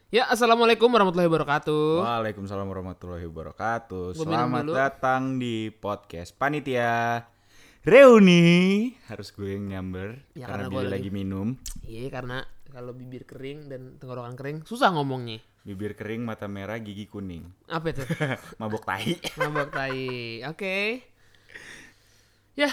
Ya, assalamualaikum warahmatullahi wabarakatuh. Waalaikumsalam warahmatullahi wabarakatuh. Gua minum Selamat dulu. datang di podcast Panitia Reuni. Harus gue yang nyamber Ya, karena karena Billy gua lagi minum. Iya, karena kalau bibir kering dan tenggorokan kering susah ngomongnya. Bibir kering, mata merah, gigi kuning. Apa itu? Mabok tahi. Mabok tai. Oke. Ya,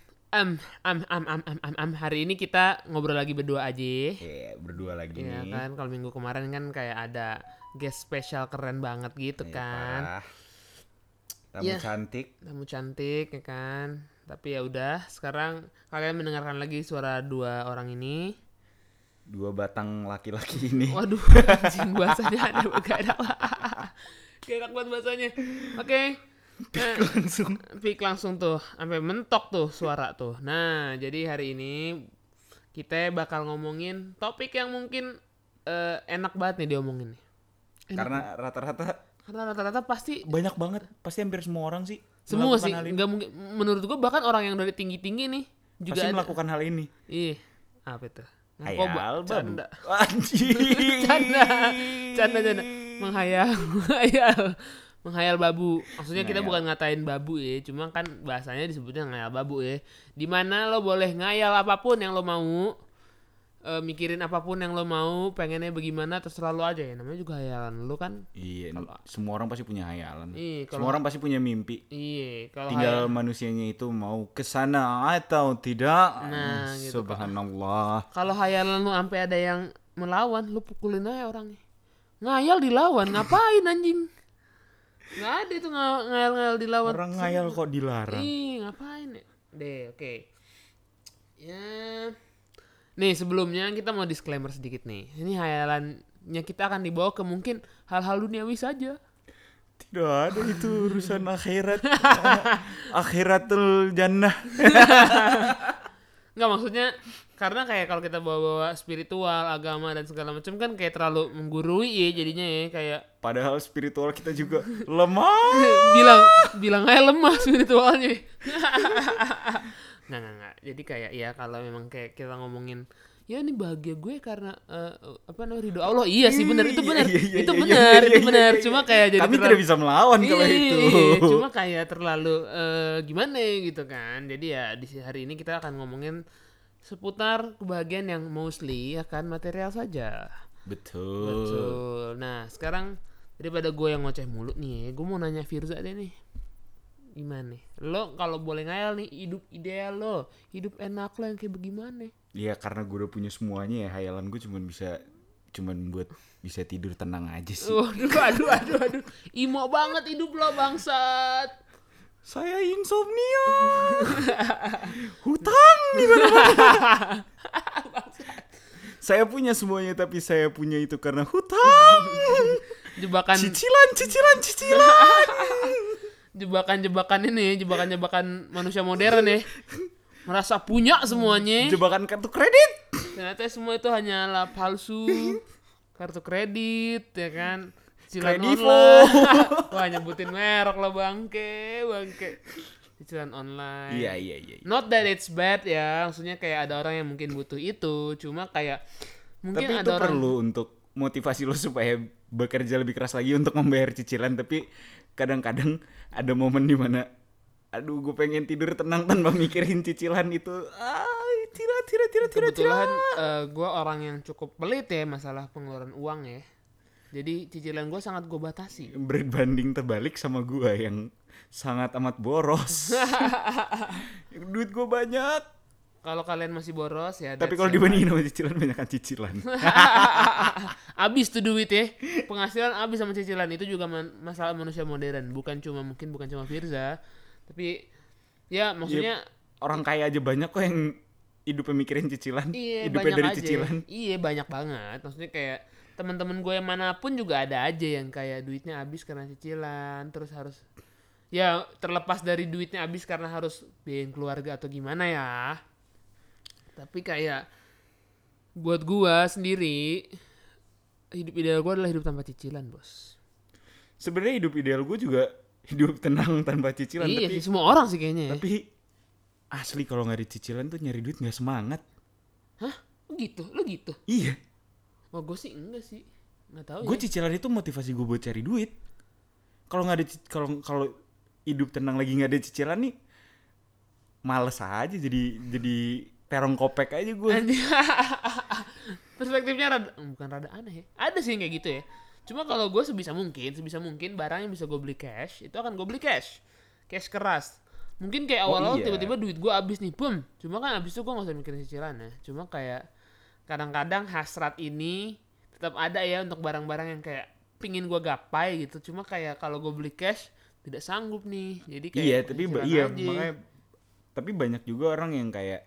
hari ini kita ngobrol lagi berdua aja. Berdua lagi Iya nih. kan, kalau minggu kemarin kan kayak ada guest spesial keren banget gitu kan. Parah. Tamu Iya. cantik. Tamu cantik ya kan. Tapi ya udah, sekarang kalian mendengarkan lagi suara dua orang ini. Dua batang laki-laki ini. Waduh, anjing bahasanya ada gak ada. Gak enak banget bahasanya. Oke. Langsung. Pik langsung tuh, sampai mentok tuh suara tuh. Nah, jadi hari ini kita bakal ngomongin topik yang mungkin enak banget nih diomongin nih. Karena rata-rata Karena rata-rata pasti banyak banget. Pasti hampir semua orang sih semua melakukan sih, hal ini. nggak mungkin. Menurut gua bahkan orang yang dari tinggi-tinggi nih juga Pasti ada. melakukan hal ini. Iya, apa itu? Hayal Narkoba, babu. canda. Anjing. Canda. Menghayal babu. Maksudnya kita bukan ngatain babu ya, cuma kan bahasanya disebutnya ngayal babu ya. Dimana lo boleh ngayal apapun yang lo mau, mikirin apapun yang lo mau, pengennya bagaimana terserah lo aja ya. Namanya juga hayalan lo kan. Iya, semua orang pasti punya hayalan. Iya, Semua orang pasti punya mimpi. Iya, kalau Tinggal manusianya itu mau ke sana atau tidak. Nah, gitu. Subhanallah. Kalau hayalan lo sampai ada yang melawan, lo pukulin aja orangnya. Ngayal dilawan, ngapain anjing? Nggak ada itu ngayal dilawan. Orang ngayal kok dilarang. Ih, ngapain ya? Deh, oke. Ya. Nih, sebelumnya kita mau disclaimer sedikit nih. Ini hayalannya kita akan dibawa ke mungkin hal-hal duniawi saja. Tidak ada itu urusan akhirat. Akhiratul jannah. Nggak, maksudnya karena kayak kalau kita bawa-bawa spiritual, agama dan segala macam kan kayak terlalu menggurui ya jadinya ya, kayak Padahal spiritual kita juga lemah. bilang aja lemah spiritualnya. Nggak. Jadi kayak ya kalau memang kayak kita ngomongin ya ini bahagia gue karena ridho Allah. Iya sih, benar itu benar. Itu benar. Cuma kayak jadi kami tidak bisa melawan kalau itu. Cuma kayak terlalu gimana gitu kan. Jadi ya di hari ini kita akan ngomongin seputar kebahagiaan yang mostly ya kan material saja. Betul. Nah, sekarang daripada gue yang ngoceh mulu nih, gue mau nanya Firza deh nih. Gimana nih? Lo kalau boleh ngayal nih, hidup ideal lo, hidup enak lo yang kayak bagaimana? Ya karena gue udah punya semuanya ya, hayalan gue cuman buat bisa tidur tenang aja sih. Aduh. Imo banget hidup lo, bangsat. Saya insomnia. Hutang di mana-mana. Saya punya semuanya tapi saya punya itu karena hutang. Jebakan Cicilan. jebakan manusia modern ya. Merasa punya semuanya. Jebakan kartu kredit. Ternyata semua itu hanyalah palsu. Kartu kredit ya kan. Cicilan Kredivo. online. Wah, nyebutin merek lo, bangke. Cicilan online. Iya. Not that it's bad ya. Maksudnya kayak ada orang yang mungkin butuh itu. Cuma kayak mungkin Tapi ada itu orang perlu untuk motivasi lo supaya bekerja lebih keras lagi untuk membayar cicilan. Tapi kadang-kadang ada momen dimana aduh gue pengen tidur tenang tanpa mikirin cicilan itu. Tidak. kebetulan gue orang yang cukup pelit ya masalah pengeluaran uang ya. Jadi cicilan gue sangat gue batasi. Berbanding terbalik sama gue yang sangat amat boros. Duit gue banyak. Kalau kalian masih boros ya. Tapi kalau dibandingin sama cicilan, banyakan cicilan. Abis tuh duit ya. Penghasilan abis sama cicilan. Itu juga masalah manusia modern. Bukan cuma Firza. Tapi ya maksudnya orang kaya aja banyak kok yang hidupnya mikirin cicilan. Iya, hidupnya banyak dari aja. cicilan. Iya, banyak banget. Maksudnya kayak teman-teman gue yang manapun juga ada aja yang kayak duitnya habis karena cicilan, terus harus ya terlepas dari duitnya habis karena harus biayain keluarga atau gimana ya. Tapi kayak buat gue sendiri hidup ideal gue adalah hidup tanpa cicilan, bos. Sebenarnya hidup ideal gue juga hidup tenang tanpa cicilan. Iya tapi sih, semua orang sih kayaknya. Tapi asli kalau nggak ada cicilan tuh nyari duit nggak semangat. Hah? Lu gitu? Iya. Oh, gue sih enggak sih. Nggak tahu Gue ya. cicilan itu motivasi gue buat cari duit. Kalau nggak ada kalau hidup tenang lagi nggak ada cicilan nih, males aja jadi terong kopek aja gue. Anjing. Perspektifnya bukan rada aneh ya. Ada sih yang kayak gitu ya. Cuma kalau gue sebisa mungkin barang yang bisa gue beli cash itu akan gue beli cash keras. Mungkin kayak awal-awal Iya. tiba-tiba duit gue habis nih, boom. Cuma kan habis itu gue nggak usah mikirin cicilan ya. Cuma kayak kadang-kadang hasrat ini tetap ada ya untuk barang-barang yang kayak pingin gue gapai gitu. Cuma kayak kalau gue beli cash tidak sanggup nih. Jadi kayak Iya, tapi cicilan iya aja. makanya tapi banyak juga orang yang kayak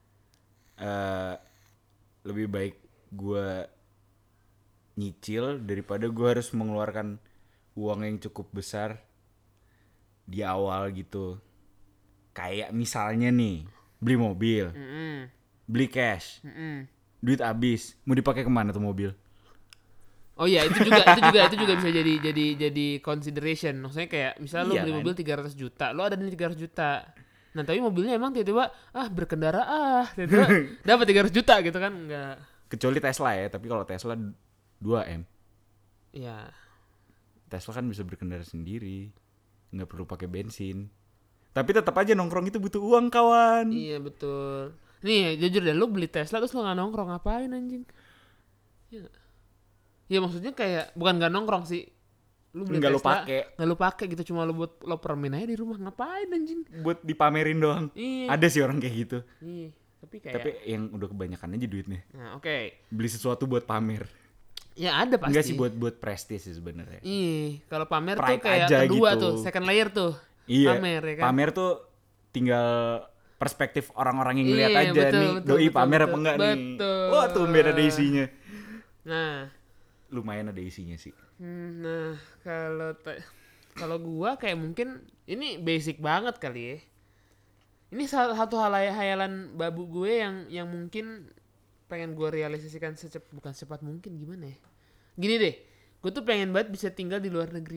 lebih baik gue nyicil daripada gue harus mengeluarkan uang yang cukup besar di awal gitu. Kayak misalnya nih, beli mobil, beli cash, duit habis, mau dipakai kemana tuh mobil? Oh iya, itu juga bisa jadi consideration. Maksudnya kayak misalnya lu Iya beli kan? mobil 300 juta, lu ada nih 300 juta. Nah, tapi mobilnya emang tiba-tiba berkendara tiba-tiba dapat 300 juta gitu kan, enggak. Kecuali Tesla ya, tapi kalau Tesla 2M. Ya, Tesla kan bisa berkendara sendiri, nggak perlu pakai bensin. Tapi tetap aja nongkrong itu butuh uang, kawan. iya betul. Nih, jujur deh, lu beli Tesla terus lu enggak nongkrong ngapain anjing? Ya. Ya maksudnya kayak bukan enggak nongkrong sih. Lu beli Nggak lu Tesla, pakai. nggak lu pakai gitu, cuma lu buat lo permin aja di rumah, ngapain anjing? Buat dipamerin doang. Iya. Ada sih orang kayak gitu. Iya, tapi kayak Tapi yang udah kebanyakan aja duitnya. nah, oke. Beli sesuatu buat pamer. Ya ada pasti. Enggak sih buat prestis sih sebenarnya. Iya, kalau pamer Pride tuh kayak aja kedua gitu. tuh, second layer tuh. Iya. Pamer ya kan. Pamer tuh tinggal perspektif orang-orang yang Iya, ngeliat aja betul, nih. betul, Doi betul, pamer betul. apa enggak nih? Betul. Wah, tumben ada isinya. Nah, Lumayan ada isinya sih. nah kalau gua kayak mungkin ini basic banget kali ya. Ini salah satu hayalan babu gue yang mungkin pengen gue realisasikan bukan secepat mungkin, gimana ya? Gini deh, gue tuh pengen banget bisa tinggal di luar negeri.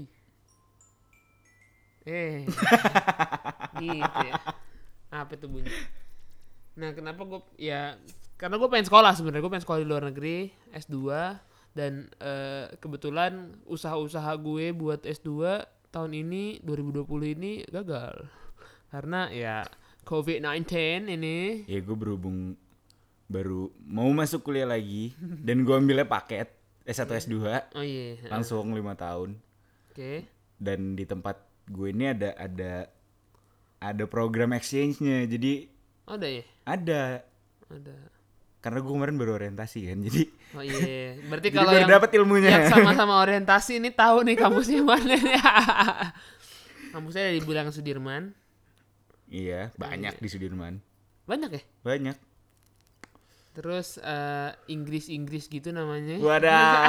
Gitu ya. Apa tuh bunyi? Nah, kenapa gue ya karena gue pengen sekolah sebenarnya. Gue pengen sekolah di luar negeri, S2, dan kebetulan usaha-usaha gue buat S2 tahun ini 2020 ini gagal. Karena ya COVID-19 ini. Ya gue berhubung baru mau masuk kuliah lagi dan gue ambilnya paket S1 S2 Oh iya. langsung 5 tahun. Oke. Dan di tempat gue ini ada program exchange-nya. Jadi Ada ya? ada karena gue kemarin baru orientasi kan. Jadi Oh iya. Berarti jadi kalau baru yang dapat ilmunya. yang sama-sama orientasi ini tahu nih kampusnya mana nih. Kampusnya ada di Bilang Sudirman. Iya, banyak di Sudirman. Banyak ya? Banyak. Terus Inggris gitu namanya. Waduh.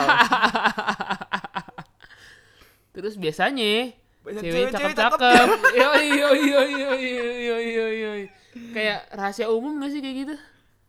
Terus biasanya Banyak cewek cewek-cewek cakep-cakep. Yoi. Kayak rahasia umum gak sih kayak gitu?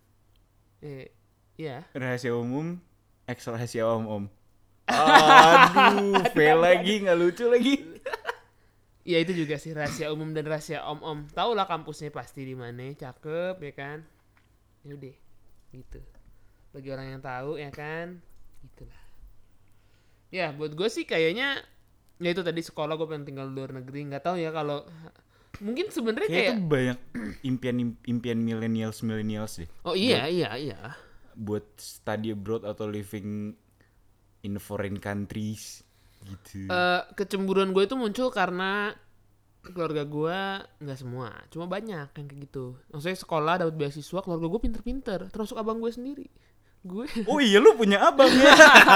Iya. Rahasia umum, ex rahasia om-om. Aduh, fail lagi, nggak lucu lagi. Ya itu juga sih rahasia umum dan rahasia om-om. Tahu lah kampusnya pasti di mana, cakep ya kan? Ya udah, gitu. Bagi orang yang tahu ya kan, gitulah. Ya buat gue sih kayaknya, ya itu tadi sekolah gue pengen tinggal di luar negeri. Nggak tahu ya kalau mungkin sebenarnya Kayak kayak. itu banyak impian millennials deh. Oh iya. Buat study abroad atau living in foreign countries gitu. Kecemburuan gue itu muncul karena keluarga gue nggak semua, cuma banyak yang kayak gitu. Maksudnya sekolah dapat beasiswa, keluarga gue pinter-pinter, termasuk abang gue sendiri. Gue Oh iya, lu punya abang ya.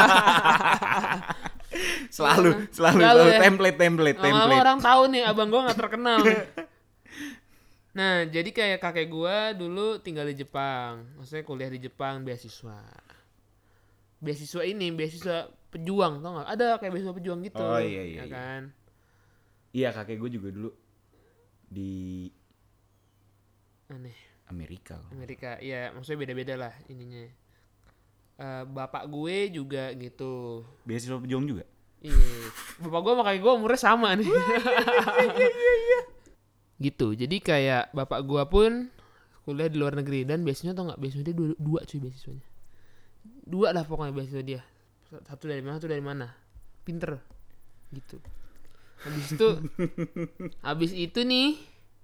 selalu ya. template. Lama-lama orang tahu nih abang gue nggak terkenal. Nah jadi kayak kakek gue dulu tinggal di Jepang, maksudnya kuliah di Jepang beasiswa pejuang, tau nggak? Ada kayak beasiswa pejuang gitu. Oh iya. Kan. Iya, kakek gue juga dulu di Aneh. Amerika. Iya maksudnya beda-beda lah ininya. Bapak gue juga gitu. Beasiswa pejuang juga. Iya. Bapak gue sama kakek gue umurnya sama nih. Iya. Gitu. Jadi kayak bapak gue pun kuliah di luar negeri dan beasiswanya tau nggak? Beasiswa dia dua cuy beasiswanya. 2 lah pokoknya beasiswa dia. satu dari mana, pinter gitu. Habis itu nih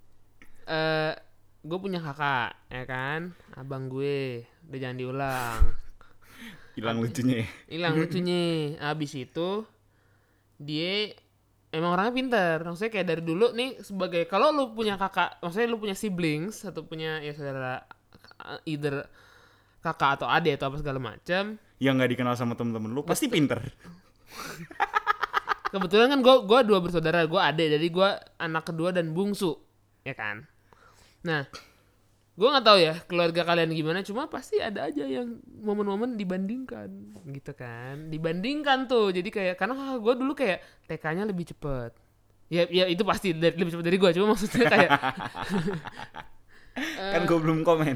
gue punya kakak ya kan, abang gue, udah jangan diulang. Hilang lucunya ya. Habis itu dia emang orangnya pinter, maksudnya kayak dari dulu nih, sebagai kalau lu punya kakak, maksudnya lu punya siblings atau punya ya saudara, either kakak atau adik atau apa segala macam Yang nggak dikenal sama temen-temen lu pasti pinter. kebetulan kan gue 2 bersaudara, gue adik, jadi gue anak kedua dan bungsu ya kan. Nah gue nggak tahu ya keluarga kalian gimana, cuma pasti ada aja yang momen-momen dibandingkan gitu kan, dibandingkan tuh. Jadi kayak karena kakak gue dulu kayak TK-nya lebih cepet, ya itu pasti lebih cepet dari gue, cuma maksudnya kayak Kan gue belum komen.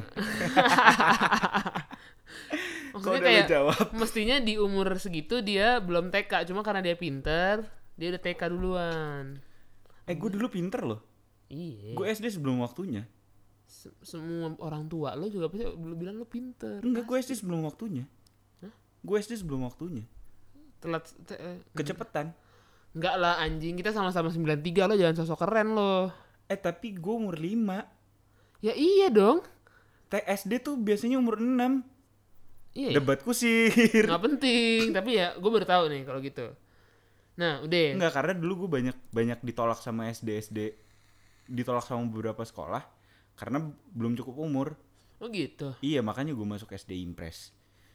maksudnya kayak mestinya di umur segitu dia belum TK, cuma karena dia pinter dia udah TK duluan. Gue dulu pinter loh. Iya. Gue SD sebelum waktunya. Semua orang tua lo juga pasti bilang lo pinter. Enggak, gue SD sebelum waktunya. Gue SD sebelum waktunya. Telat Kecepetan. Enggak lah anjing, kita sama-sama 93, lo jangan sosok keren lo. Tapi gue umur 5. Ya iya dong. SD tuh biasanya umur 6. Iya. Debat kusir. Nggak penting, tapi ya gue baru tahu nih kalau gitu. Nah udah. Enggak, karena dulu gue banyak ditolak sama SD, ditolak sama beberapa sekolah karena belum cukup umur. Oh gitu. Iya, makanya gue masuk SD Impres.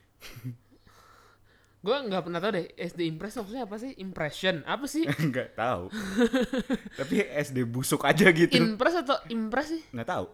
Gue nggak pernah tahu deh SD Impres maksudnya apa sih? Impression apa sih? Nggak tahu. Tapi SD busuk aja gitu. Impres atau Impres sih? Nggak tahu.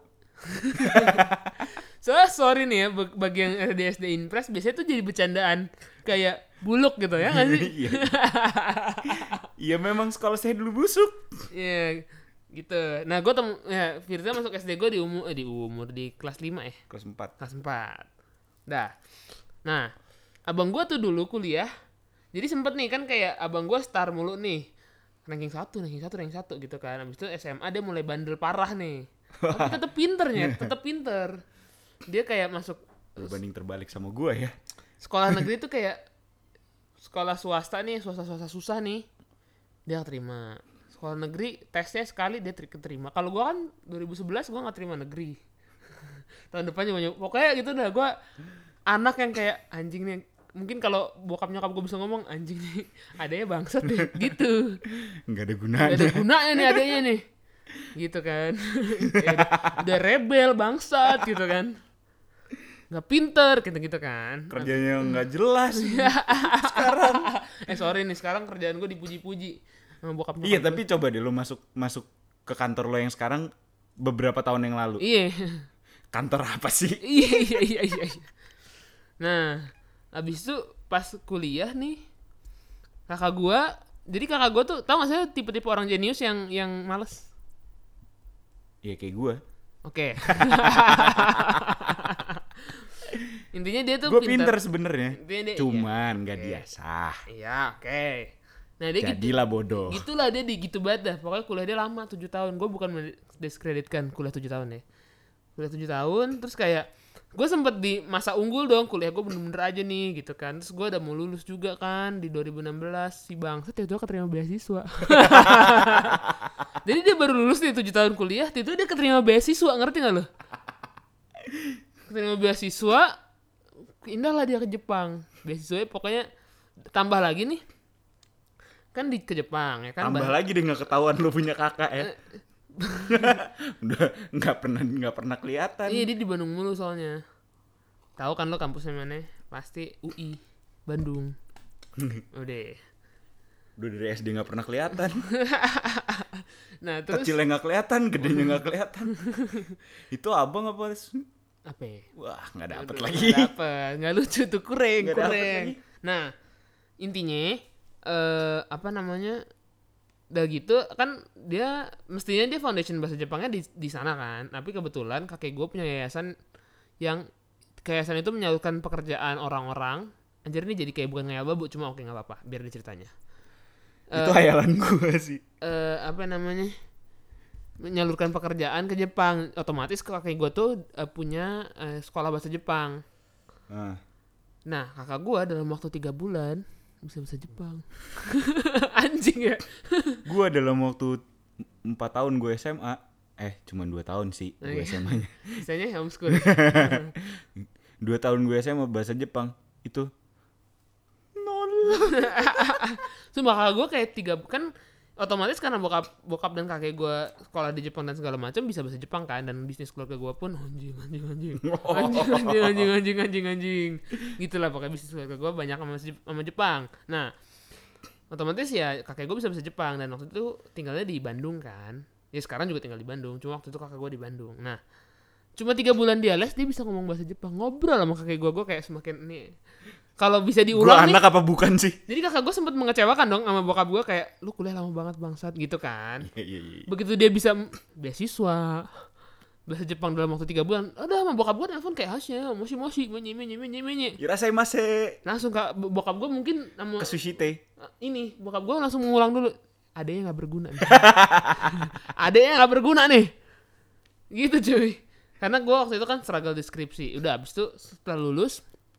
Sorry nih ya, bagi yang di SD Impres biasanya tuh jadi bercandaan kayak buluk gitu ya nggak sih? Iya. Iya, memang sekolah saya dulu busuk. Iya gitu. Nah gue Firza masuk SD gue di kelas 5 Kelas 4. Kelas 4. Dah. Nah abang gue tuh dulu kuliah, jadi sempet nih kan kayak abang gue star mulu nih, ranking 1 gitu kan. Abis itu SMA dia mulai bandel parah nih, tapi tetap pinter. Dia kayak masuk Berbanding terbalik sama gue ya. sekolah negeri tuh kayak sekolah swasta susah nih, dia keterima. Sekolah negeri tesnya sekali dia keterima. Kalau gue kan 2011 gue nggak terima negeri. Tahun depannya banyak. Pokoknya gitu dah, gue anak yang kayak anjing nih. Mungkin kalau bokap nyokap gue bisa ngomong anjing nih adanya bangsat nih gitu. Nggak ada gunanya. Nggak ada gunanya nih adanya nih. Gitu kan. udah rebel bangsat gitu kan. Nggak pinter gitu kan. Kerjanya nggak jelas sekarang. Sorry nih, sekarang kerjaan gue dipuji-puji sama bokap nyokap. Iya, tapi coba deh lu masuk ke kantor lo yang sekarang beberapa tahun yang lalu. Iya. Kantor apa sih? Iya. Nah, abis itu pas kuliah nih, kakak gue tuh tau gak sih tipe-tipe orang jenius yang males? Iya, kayak gue. Oke. Intinya dia tuh Gue pinter sebenarnya, cuman nggak biasa. Iya, oke. Nah dia jadilah bodoh. Gitulah dia gitu banget dah. Pokoknya kuliah dia lama 7 tahun. Gue bukan mendiskreditkan kuliah 7 tahun ya. Kuliah 7 tahun, terus kayak gue sempet di masa unggul dong, kuliah gue bener-bener aja nih gitu kan. Terus gue udah mau lulus juga kan di 2016, si bangsat itu keterima beasiswa. Jadi dia baru lulus nih 7 tahun kuliah, itu dia keterima beasiswa, ngerti gak lo? Keterima beasiswa, indah lah dia ke Jepang. Beasiswanya pokoknya tambah lagi nih, kan ke Jepang ya kan. Tambah lagi deh nggak ketahuan lu punya kakak ya. Udah nggak pernah kelihatan. Iya, dia di Bandung mulu soalnya. Tahu kan lo kampusnya mana? Pasti UI Bandung. Udah dari SD nggak pernah kelihatan. Nah terus kecilnya nggak kelihatan, gedenya nggak kelihatan. Itu abang apa? Apa ya? Wah, nggak dapet lagi. Nggak lucu tuh, kurang. Lagi. Nah intinya apa namanya? Udah gitu kan dia mestinya dia foundation bahasa Jepangnya di sana kan, tapi kebetulan kakek gue punya yayasan itu menyalurkan pekerjaan orang-orang. Anjir ini jadi kayak bukan ngayal babu, cuma oke nggak apa-apa biar diceritanya. Itu hayalan gue sih. Apa namanya, menyalurkan pekerjaan ke Jepang. Otomatis kakek gue tuh punya sekolah bahasa Jepang. Nah kakak gue dalam waktu 3 bulan bisa bahasa Jepang. Anjing ya. Gue dalam waktu 4 tahun gue SMA, cuma 2 tahun sih gue Iya. SMA-nya. Misalnya homeschool. 2 tahun gue SMA bahasa Jepang itu nol. Sumpah kakak gue kayak 3 kan otomatis karena bokap dan kakek gue sekolah di Jepang dan segala macam bisa bahasa Jepang kan, dan bisnis keluarga gue pun anjing gitulah pokoknya bisnis keluarga gue banyak sama Jepang. Nah otomatis ya kakek gue bisa bahasa Jepang, dan waktu itu tinggalnya di Bandung kan, ya sekarang juga tinggal di Bandung, cuma waktu itu kakak gue di Bandung. Nah cuma 3 bulan dia les dia bisa ngomong bahasa Jepang, ngobrol sama kakek gue kayak semakin nih kalau bisa Gue diulang nih. anak apa bukan sih? Jadi kakak gue sempat mengecewakan dong sama bokap gue kayak lu kuliah lama banget bangsat gitu kan. Iya. Begitu dia bisa beasiswa bahasa Jepang dalam waktu 3 bulan, udah sama bokap gue telepon kayak hasnya moshi menye. Irasaimase. Langsung kak bokap gue mungkin sama Kasushite. ini bokap gue langsung mengulang dulu. Adanya nggak berguna. Adanya nggak berguna nih. Gitu cuy. Karena gue waktu itu kan struggle di skripsi. Udah abis itu setelah lulus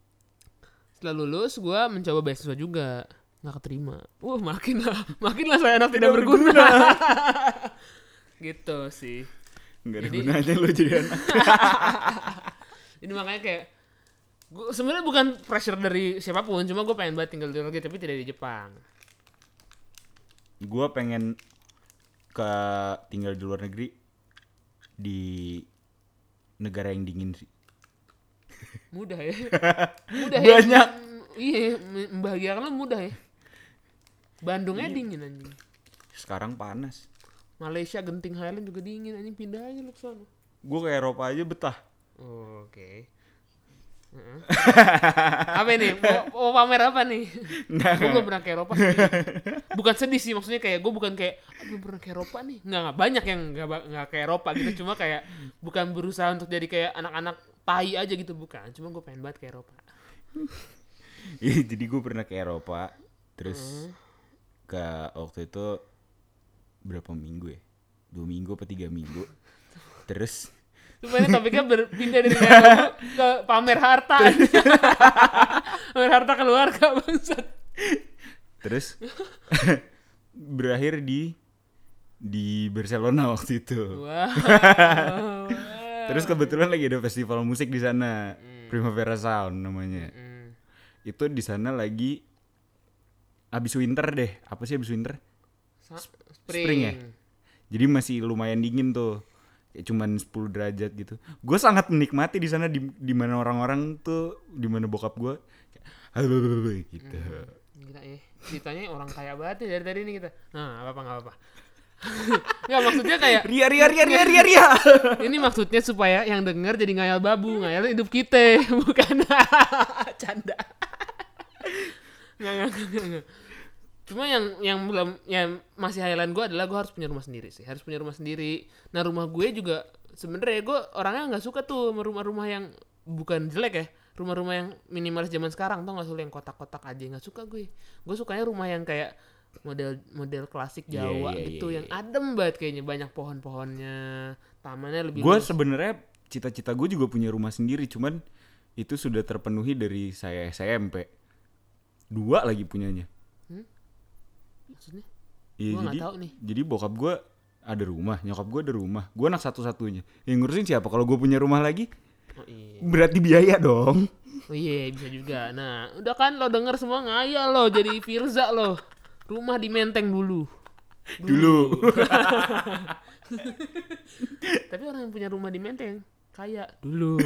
gue mencoba beasiswa juga, nggak keterima. Makin lah saya anak tidak berguna. Gitu sih. Nggak ada gunanya lo jadi anak. Ini makanya kayak gue sebenarnya bukan pressure dari siapapun, cuma gue pengen banget tinggal di luar negeri tapi tidak di Jepang. Gue pengen tinggal di luar negeri di negara yang dingin sih. Mudah ya. Banyak. Iya, membahagiakan lo mudah ya. Bandungnya dingin anjing. Sekarang panas. Malaysia Genting Highland juga dingin anjing, pindah aja lu ke sana. Gue ke Eropa aja betah. Oke. Apa ini? Mau pamer apa nih? Gue belum pernah ke Eropa sih. Bukan sedih sih, maksudnya kayak gue bukan kayak belum pernah ke Eropa nih. Nggak banyak yang nggak ke Eropa gitu. Cuma kayak bukan berusaha untuk jadi kayak anak-anak tai aja gitu, bukan. Cuma gue pengen banget ke Eropa. Iya, jadi gue pernah ke Eropa. Terus ke waktu itu berapa minggu ya? 2 minggu apa 3 minggu. Terus Supaya topiknya berpindah dari Eropa ke pamer harta. Pamer harta keluarga bangsat. Terus berakhir di Barcelona waktu itu. Wow. Terus kebetulan lagi ada festival musik di sana, Primavera Sound namanya. Itu di sana lagi abis winter deh. Apa sih abis winter? Spring ya. Jadi masih lumayan dingin tuh. Kayak cuman 10 derajat gitu. Gue sangat menikmati di sana di mana orang-orang tuh, di mana bokap gue kayak gitu. Gila ya. Ceritanya orang kaya banget ya dari tadi ini kita. Nah, enggak apa-apa. Nggak, maksudnya kayak Ria. ini maksudnya supaya yang denger jadi ngayal babu, ngayal hidup kita, bukan canda. Nggak. Cuma yang belum, yang masih highland gue adalah gue harus punya rumah sendiri sih, harus punya rumah sendiri. Nah rumah gue juga sebenarnya gue orangnya nggak suka tuh rumah-rumah yang bukan jelek ya, rumah-rumah yang minimalis zaman sekarang tuh nggak suka yang kotak-kotak aja, nggak suka gue sukanya rumah yang kayak model klasik Jawa gitu, yang adem banget kayaknya, banyak pohon-pohonnya, tamannya lebih Gue sebenarnya cita-cita gue juga punya rumah sendiri, cuman itu sudah terpenuhi dari saya SMP. 2 lagi punyanya. maksudnya Iya, nggak tahu nih. jadi bokap gue ada rumah, nyokap gue ada rumah, gue anak satu-satunya. Yang ngurusin siapa kalau gue punya rumah lagi? Oh iya. Berarti biaya dong. Oh iya bisa juga. Nah udah kan lo denger semua ngayal lo jadi Firza lo. Rumah di Menteng dulu. Tapi orang yang punya rumah di Menteng kaya dulu.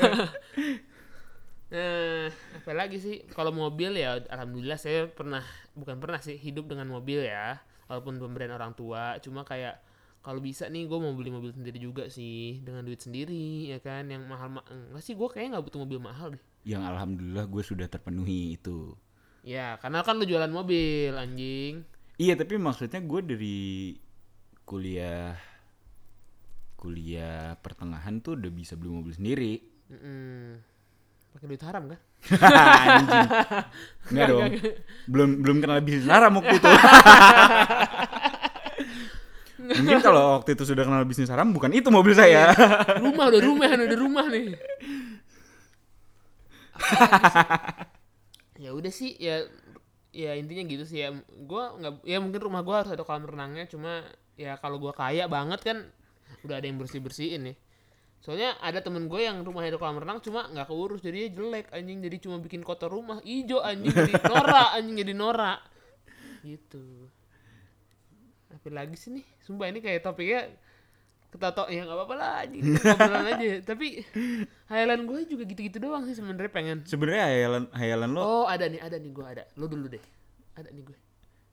Nah, apa lagi sih? Kalau mobil ya alhamdulillah saya bukan pernah sih hidup dengan mobil ya. Walaupun pemberian orang tua, cuma kayak kalau bisa nih gue mau beli mobil sendiri juga sih, dengan duit sendiri ya kan, yang mahal enggak sih, gue kayaknya nggak butuh mobil mahal deh. Yang alhamdulillah gue sudah terpenuhi itu. Ya, karena kan lu jualan mobil, anjing. Iya, tapi maksudnya gue dari kuliah pertengahan tuh udah bisa beli mobil sendiri. Pakai duit haram kan? Anjing. Enggak dong. Belum kenal bisnis haram waktu itu. Mungkin kalau waktu itu sudah kenal bisnis haram, bukan itu mobil saya. Udah rumah nih. Ya udah sih, ya ya intinya gitu sih ya. Gua nggak, ya mungkin rumah gua harus ada kolam renangnya, cuma ya kalau gua kaya banget kan udah ada yang bersih-bersihin nih. Soalnya ada temen gue yang rumahnya ada kolam renang cuma nggak keurus, jadi jelek anjing, jadi cuma bikin kotor rumah, ijo anjing, jadi norak anjing, jadi norak gitu. Apa lagi sih nih, sumpah ini kayak topiknya ketato ya, nggak apa-apa lah anjing, ngobrolan aja. Tapi hayalan gue juga gitu-gitu doang sih sebenarnya, pengen. Sebenarnya hayalan lo. Oh ada nih gue ada, lo dulu deh. Ada nih gue.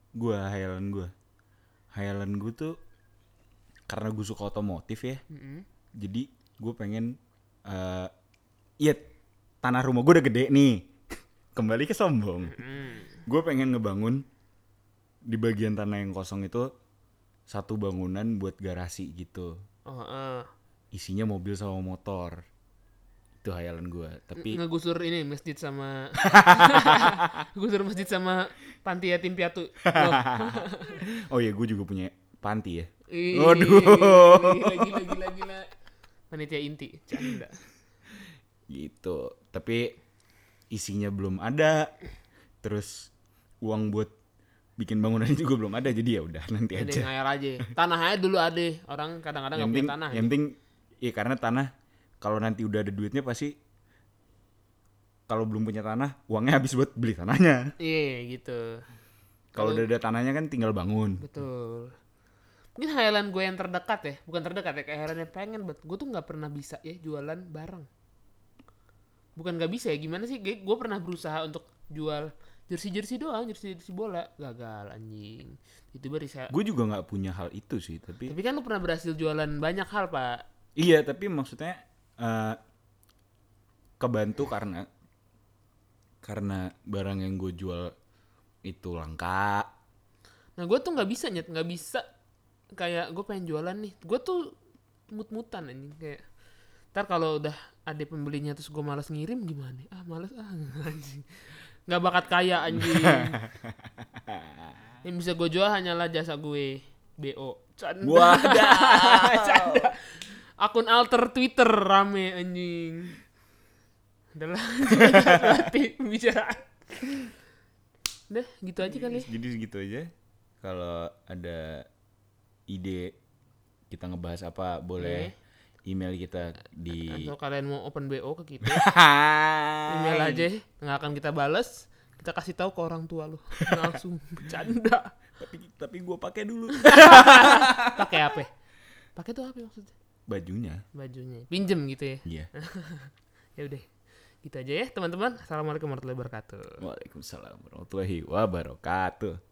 Hayalan gue tuh karena gue suka otomotif ya. Jadi gue pengen iya, tanah rumah gue udah gede nih. Kembali ke sombong. Gue pengen ngebangun di bagian tanah yang kosong itu satu bangunan buat garasi gitu. Isinya mobil sama motor. Itu hayalan gue. Tapi ngegusur ini masjid sama gusur masjid sama panti yatim piatu. Oh iya, gue juga punya panti ya. Waduh. Gila. Panitia inti, canda. Gitu. Tapi isinya belum ada. Terus uang buat bikin bangunannya juga belum ada. Jadi ya udah nanti Ada aja. yang ngayal aja. Tanah aja dulu ada. Orang kadang-kadang nggak punya tanah. Yang penting, ya karena tanah kalau nanti udah ada duitnya pasti, kalau belum punya tanah uangnya habis buat beli tanahnya. Iya gitu. Kalau udah ada tanahnya kan tinggal bangun. Betul. Mungkin hayalan gue yang terdekat ya, bukan terdekat ya, kayak hayalannya pengen banget. Gue tuh nggak pernah bisa ya jualan barang. Bukan nggak bisa ya, gimana sih? Gue pernah berusaha untuk jual jersey doang, jersey bola, gagal anjing. Itu baru bisa. Gue juga nggak punya hal itu sih, tapi kan lu pernah berhasil jualan banyak hal, Pak. iya, tapi maksudnya kebantu karena barang yang gue jual itu langka. Nah gue tuh nggak bisa kayak gue pengen jualan nih, gue tuh mut-mutan anjing, kayak ntar kalau udah ada pembelinya terus gue malas ngirim gimana? Malas anjing, nggak bakat kaya anjing. Yang bisa gue jual hanyalah jasa gue, BO. Canda. Canda. Akun alter Twitter rame anjing. Adalah berarti pembicaraan. Udah gitu aja kali. Jadi segitu aja. Kalau ada ide kita ngebahas apa, boleh email kita di atau kalian mau open BO ke kita. Email aja, nggak akan kita balas. Kita kasih tahu ke orang tua lu. Langsung bercanda. Tapi gue pakai dulu. Pakai apa? Pakai tuh apa maksudnya? Bajunya. Pinjem gitu ya. Iya. Ya udah. Gitu aja ya, teman-teman. Assalamualaikum warahmatullahi wabarakatuh. Waalaikumsalam warahmatullahi wabarakatuh.